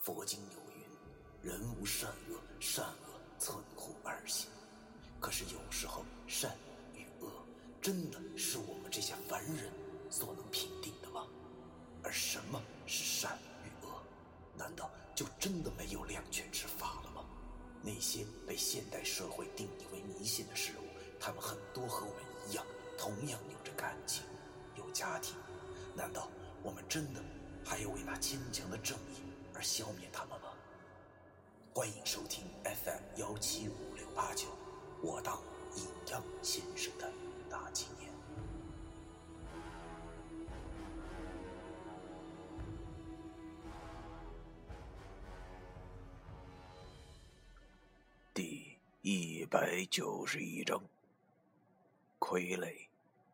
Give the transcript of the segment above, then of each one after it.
佛经有云，人无善恶，善恶存乎二心。可是有时候善与恶真的是我们这些凡人所能评定的吗？而什么是善与恶？难道就真的没有两全之法了吗？那些被现代社会定义为迷信的事物，他们很多和我们一样，同样有着感情，有家庭。难道我们真的还要为那坚强的正义而消灭他们吗？欢迎收听 FM1755689，我当阴阳先生的大纪念。第191章，傀儡。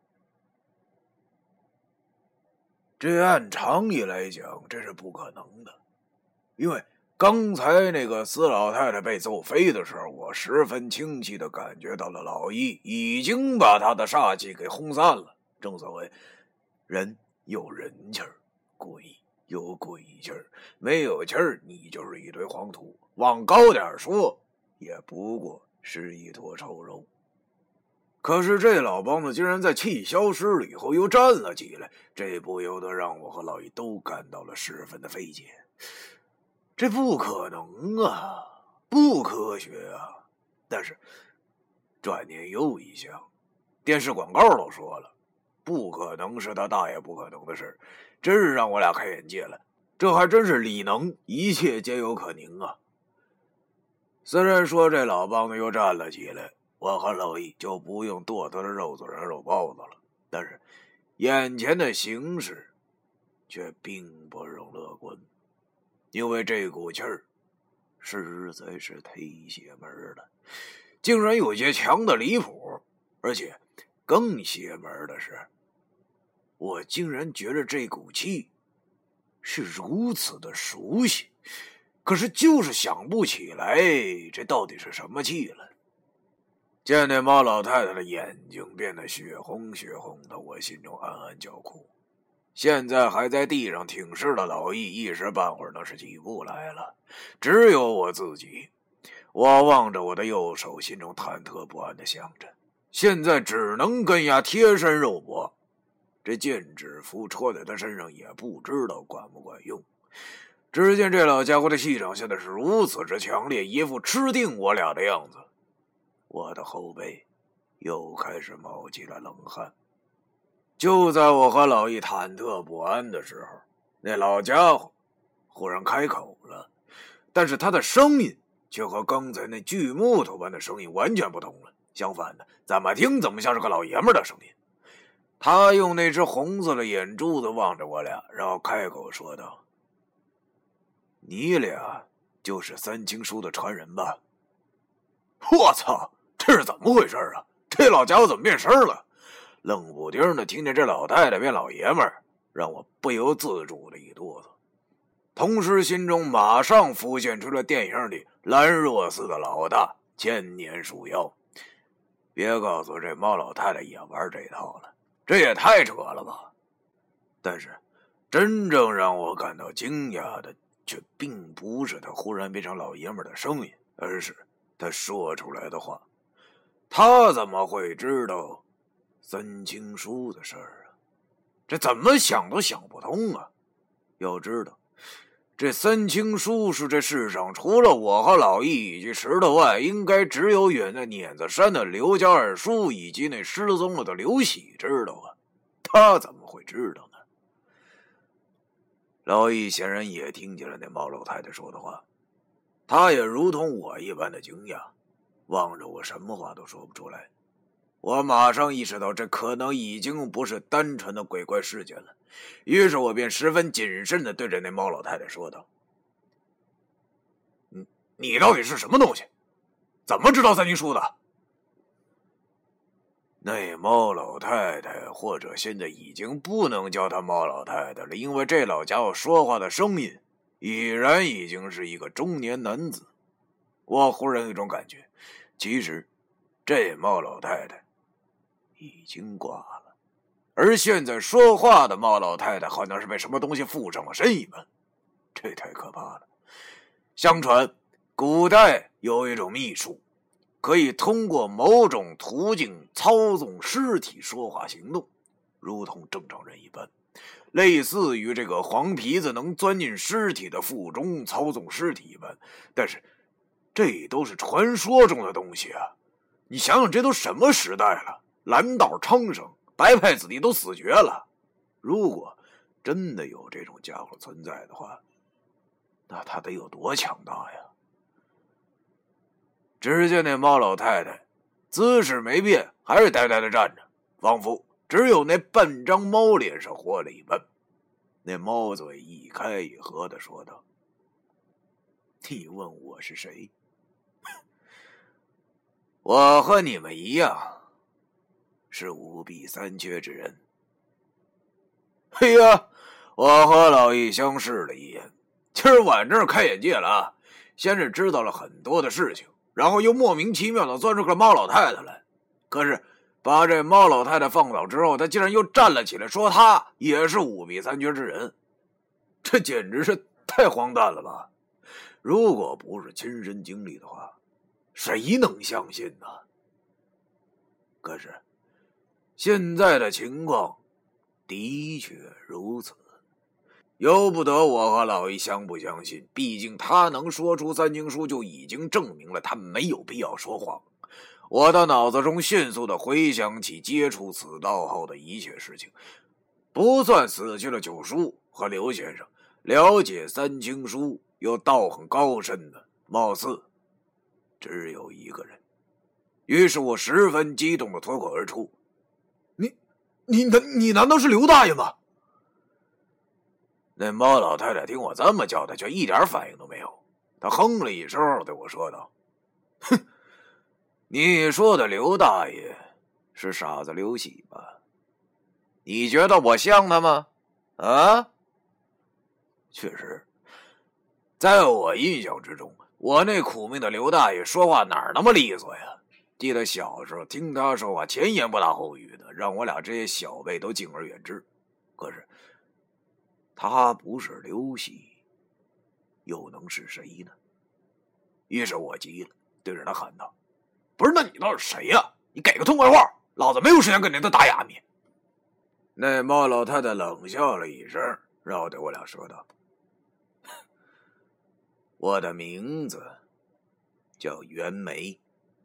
这按常理来讲，这是不可能的，因为刚才那个死老太太被揍飞的时候，我十分清晰地感觉到了老易已经把他的煞气给轰散了。正所谓人有人气儿，鬼有鬼气儿，没有气儿你就是一堆黄土，往高点说也不过是一坨臭肉。可是这老梆子竟然在气消失了以后又站了起来，这不由得让我和老易都感到了十分的费解。这不可能啊，不科学啊！但是转念又一想，电视广告都说了，不可能是他大爷不可能的事，真是让我俩开眼界了。这还真是理能，一切皆有可能啊！虽然说这老梆子又站了起来，我和老易就不用剁他的肉做成肉包子了，但是眼前的形势却并不容乐观，因为这股气儿实在是忒邪门了，竟然有些强的离谱。而且更邪门的是，我竟然觉得这股气是如此的熟悉，可是就是想不起来这到底是什么气了。见那猫老太太的眼睛变得血红血红的，我心中暗暗叫苦。现在还在地上挺尸的老易一时半会儿那是起不来了，只有我自己。我望着我的右手，心中忐忑不安地想着，现在只能跟牙贴身肉搏，这剑指符戳在他身上也不知道管不管用。只见这老家伙的气场现在是如此之强烈，一副吃定我俩的样子。我的后背又开始冒起了冷汗。就在我和老易忐忑不安的时候，那老家伙忽然开口了，但是他的声音却和刚才那锯木头般的声音完全不同了。相反的，怎么听怎么像是个老爷们的声音。他用那只红色的眼珠子望着我俩，然后开口说道：“你俩就是三清书的传人吧？”我操，这是怎么回事啊？这老家伙怎么变身了？冷不丁的听见这老太太变老爷们儿，让我不由自主的一哆嗦，同时心中马上浮现出了电影里兰若寺的老大千年树妖。别告诉我这猫老太太也玩这套了，这也太扯了吧！但是真正让我感到惊讶的却并不是他忽然变成老爷们的声音，而是他说出来的话。他怎么会知道三清书的事儿啊？这怎么想都想不通啊！要知道，这三清书是这世上除了我和老易以及石头外，应该只有远在碾子山的刘家二叔以及那失踪了的刘喜知道啊。他怎么会知道呢？老易显然也听见了那猫老太太说的话，他也如同我一般的惊讶，望着我什么话都说不出来。我马上意识到这可能已经不是单纯的鬼怪事件了，于是我便十分谨慎地对着那猫老太太说道：“你到底是什么东西？怎么知道三清书的？”那猫老太太，或者现在已经不能叫她猫老太太了，因为这老家伙说话的声音已然已经是一个中年男子。我忽然有一种感觉，其实这猫老太太已经挂了，而现在说话的猫老太太好像是被什么东西附上了身一般，这太可怕了。 相传古代有一种秘术，可以通过某种途径操纵尸体说话行动，如同正常人一般，类似于这个黄皮子能钻进尸体的腹中操纵尸体一般。但是这都是传说中的东西啊！你想想，这都什么时代了？蓝道昌盛，白派子弟都死绝了。如果真的有这种家伙存在的话，那他得有多强大呀！只见那猫老太太姿势没变，还是呆呆的站着，仿佛只有那半张猫脸上活了一般。那猫嘴一开一合的说道：“你问我是谁？我和你们一样，是五弊三缺之人。”嘿呀，我和老易相视了一眼，今儿晚上开眼界了啊！先是知道了很多的事情，然后又莫名其妙的钻出个猫老太太来。可是把这猫老太太放倒之后，他竟然又站了起来，说他也是五弊三缺之人，这简直是太荒诞了吧！如果不是亲身经历的话，谁能相信呢？可是现在的情况的确如此，由不得我和老易相不相信，毕竟他能说出三经书，就已经证明了他没有必要说谎。我的脑子中迅速地回想起接触此道后的一切事情，不算死去了九叔和刘先生，了解三经书又道行高深的，貌似只有一个人。于是我十分激动地脱口而出：“你难道是刘大爷吗？”那猫老太太听我这么叫她，却一点反应都没有。她哼了一声，对我说道：“哼，你说的刘大爷是傻子刘喜吧？你觉得我像他吗？啊？”确实，在我印象之中，我那苦命的刘大爷说话哪儿那么利索呀？记得小时候听他说话前言不搭后语的，让我俩这些小辈都敬而远之。可是他不是刘喜，又能是谁呢？于是我急了，对着他喊道：“不是，那你倒是谁呀？你给个痛快话，老子没有时间跟你这打哑谜。”那猫老太太冷笑了一声，然后对我俩说道：“我的名字叫袁枚。”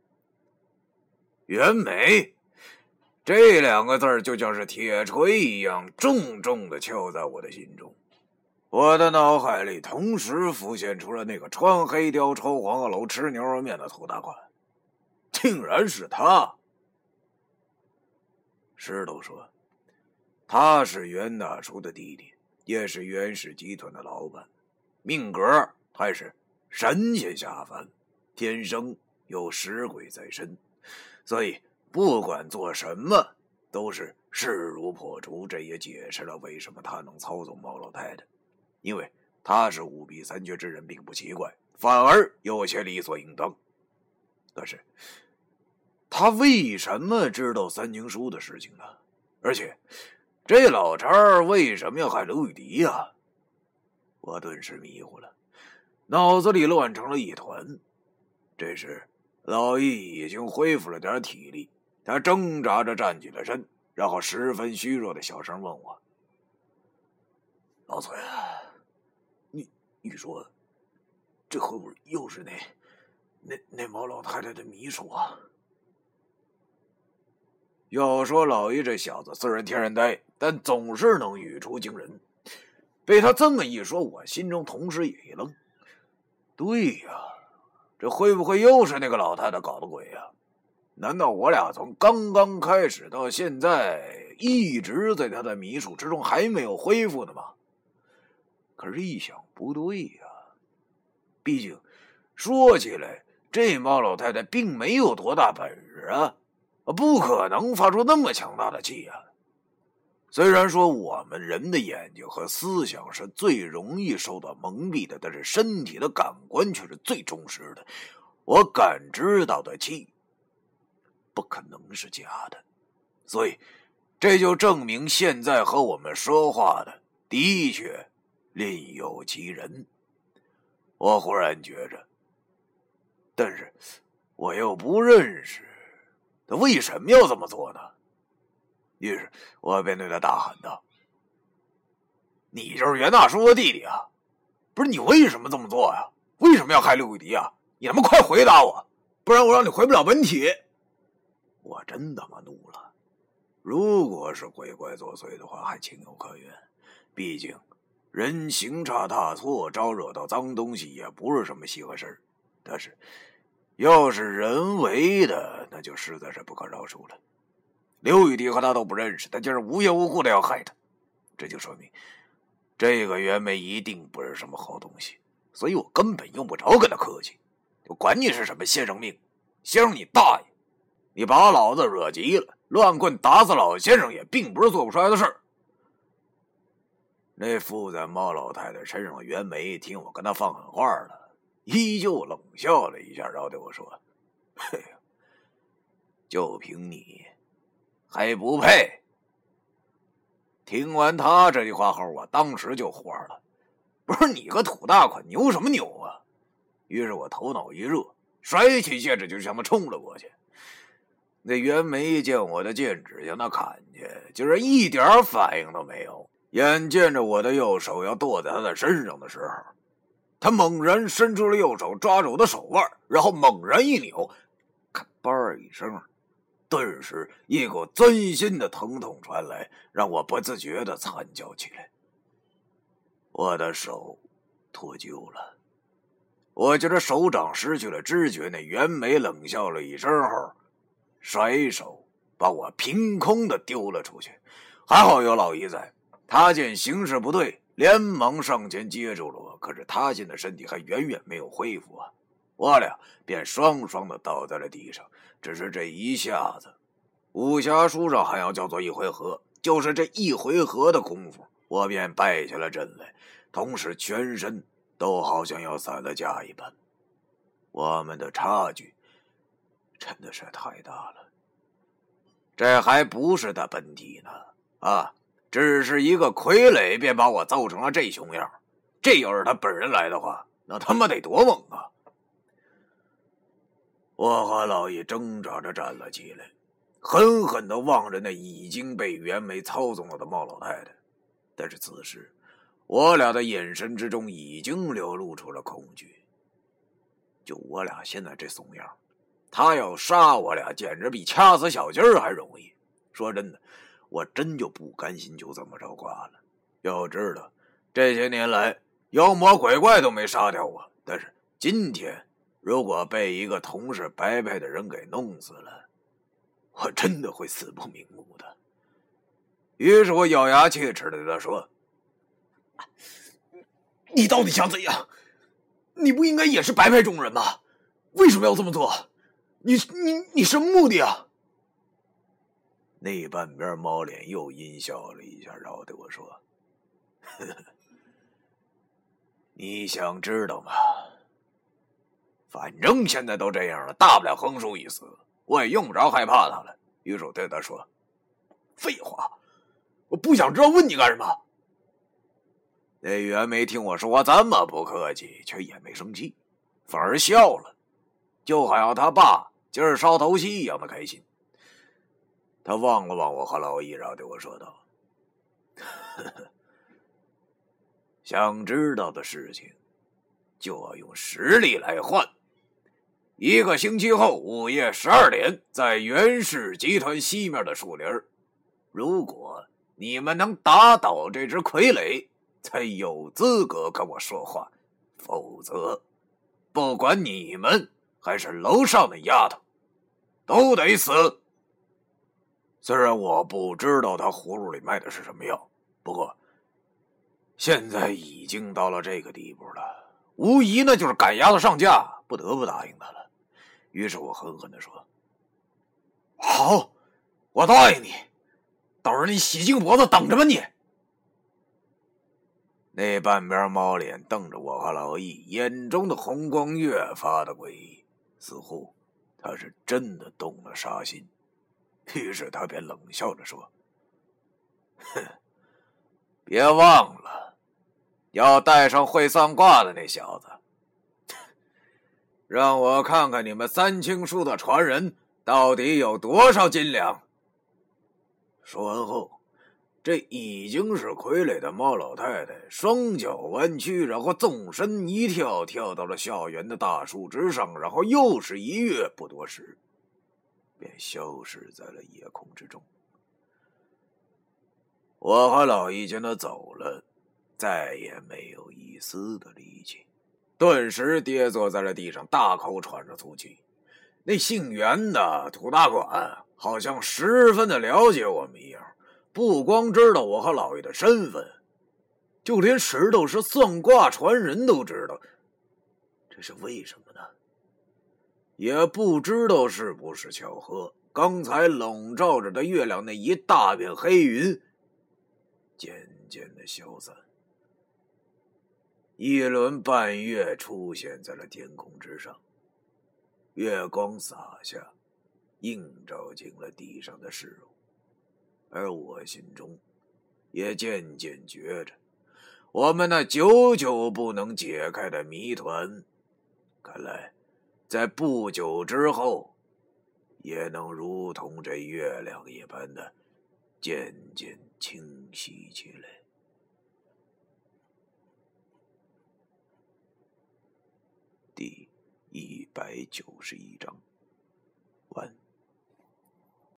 袁枚这两个字就像是铁锤一样重重地敲在我的心中。我的脑海里同时浮现出了那个穿黑貂抽黄鹤楼吃牛肉面的土大款，竟然是他。石头说他是袁大叔的弟弟，也是袁氏集团的老板，命格还是神仙下凡，天生有食鬼在身，所以不管做什么都是势如破竹。这也解释了为什么他能操纵猫老太太，因为他是五弊三缺之人并不奇怪，反而有些理所应当。可是他为什么知道三经书的事情呢？而且这老查为什么要害刘玉迪呀？我顿时迷糊了，脑子里乱成了一团。这时老易已经恢复了点体力，他挣扎着站起了身，然后十分虚弱的小声问我：“老崔啊，你说这会不会又是那毛老太太的秘书啊？”要说老易这小子虽然天然呆，但总是能语出惊人。被他这么一说，我心中同时也一愣。对呀，这会不会又是那个老太太搞的鬼呀？难道我俩从刚刚开始到现在一直在他的迷术之中，还没有恢复呢吗？可是一想不对呀，毕竟说起来这猫老太太并没有多大本事啊，不可能发出那么强大的气啊。虽然说我们人的眼睛和思想是最容易受到蒙蔽的，但是身体的感官却是最忠实的。我感知到的气不可能是假的，所以这就证明现在和我们说话的的确另有其人。 我忽然觉着，但是我又不认识他，为什么要这么做呢？于是我便对他大喊道：“你就是袁大叔的弟弟啊！不是你为什么这么做呀？为什么要害刘玉迪啊？你他妈快回答我，不然我让你回不了本体！”我真他妈怒了。如果是鬼怪作祟的话，还情有可原，毕竟人行差踏错，招惹到脏东西也不是什么稀罕事儿。但是要是人为的，那就实在是不可饶恕了。刘玉迪和他都不认识，他竟然无缘无故的要害他，这就说明这个袁梅一定不是什么好东西，所以我根本用不着跟他客气。就管你是什么先生命，先生你大爷！你把老子惹急了，乱棍打死老先生也并不是做不出来的事儿。那附在猫老太太身上的袁梅听我跟他放狠话了，依旧冷笑了一下，然后对我说：“嘿呀，就凭你还不配！”听完他这句话后，我当时就火了，不是你个土大款牛什么牛啊！于是我头脑一热，甩起戒指就向他冲了过去。那袁梅见我的剑指向他砍去，竟然一点反应都没有。眼见着我的右手要剁在他的身上的时候，他猛然伸出了右手抓住我的手腕，然后猛然一扭，咔吧一声，顿时一股钻心的疼痛传来，让我不自觉地惨叫起来。我的手脱臼了，我觉得手掌失去了知觉。那袁梅冷笑了一声后，甩手把我凭空的丢了出去。还好有老姨在，他见形势不对，连忙上前接住了我。可是他现在身体还远远没有恢复啊，我俩便双双的倒在了地上。只是这一下子，武侠书上还要叫做一回合，就是这一回合的功夫，我便败下了阵来，同时全身都好像要散了架一般。我们的差距真的是太大了。这还不是他本体呢啊！只是一个傀儡便把我揍成了这熊样，这要是他本人来的话，那他妈得多猛啊！我和老易挣扎着站了起来，狠狠地望着那已经被袁梅操纵了的猫老太太。但是此时我俩的眼神之中已经流露出了恐惧。就我俩现在这怂样，他要杀我俩简直比掐死小鸡儿还容易。说真的，我真就不甘心就这么着挂了。要知道这些年来妖魔鬼怪都没杀掉我，但是今天如果被一个同是白派的人给弄死了，我真的会死不瞑目的。于是我咬牙切齿的对他说：“你到底想怎样？你不应该也是白派中人吗？为什么要这么做？你什么目的啊？”那半边猫脸又阴笑了一下，然后对我说：“呵呵，你想知道吗？反正现在都这样了，大不了横竖一死，我也用不着害怕他了。”于是我对他说：“废话，我不想知道，问你干什么？”那袁梅听我说话这么不客气，却也没生气，反而笑了，就好像他爸今儿烧头戏一样的开心。他望了望我和老易，然后对我说道：“呵呵，想知道的事情就要用实力来换。1个星期后午夜12点，在袁氏集团西面的树林，如果你们能打倒这只傀儡，才有资格跟我说话，否则不管你们还是楼上的丫头都得死。”虽然我不知道他葫芦里卖的是什么药，不过现在已经到了这个地步了，无疑那就是赶鸭子上架，不得不答应他了。于是我狠狠地说：“好，我答应你，到时候你洗净脖子等着吧你。”那半边猫脸瞪着我和老易，眼中的红光越发的诡异，似乎他是真的动了杀心。于是他便冷笑着说：“哼，别忘了要带上会算卦的那小子， 让我看看你们三清书的传人到底有多少斤两。说完后，这已经是傀儡的猫老太太双脚弯曲，然后纵身一跳，跳到了校园的大树之上，然后又是一跃，不多时便消失在了夜空之中。我和老易见他走了，再也没有一丝的力气，顿时跌坐在了地上，大口喘着粗气。那姓袁的土大馆好像十分的了解我们一样，不光知道我和老易的身份，就连石头是算卦传人都知道。这是为什么呢？也不知道是不是巧合，刚才笼罩着的月亮那一大片黑云渐渐的消散，一轮半月出现在了天空之上，月光洒下，映照进了地上的事物，而我心中也渐渐觉着，我们那久久不能解开的谜团，看来在不久之后也能如同这月亮一般的渐渐清晰起来。第191章完。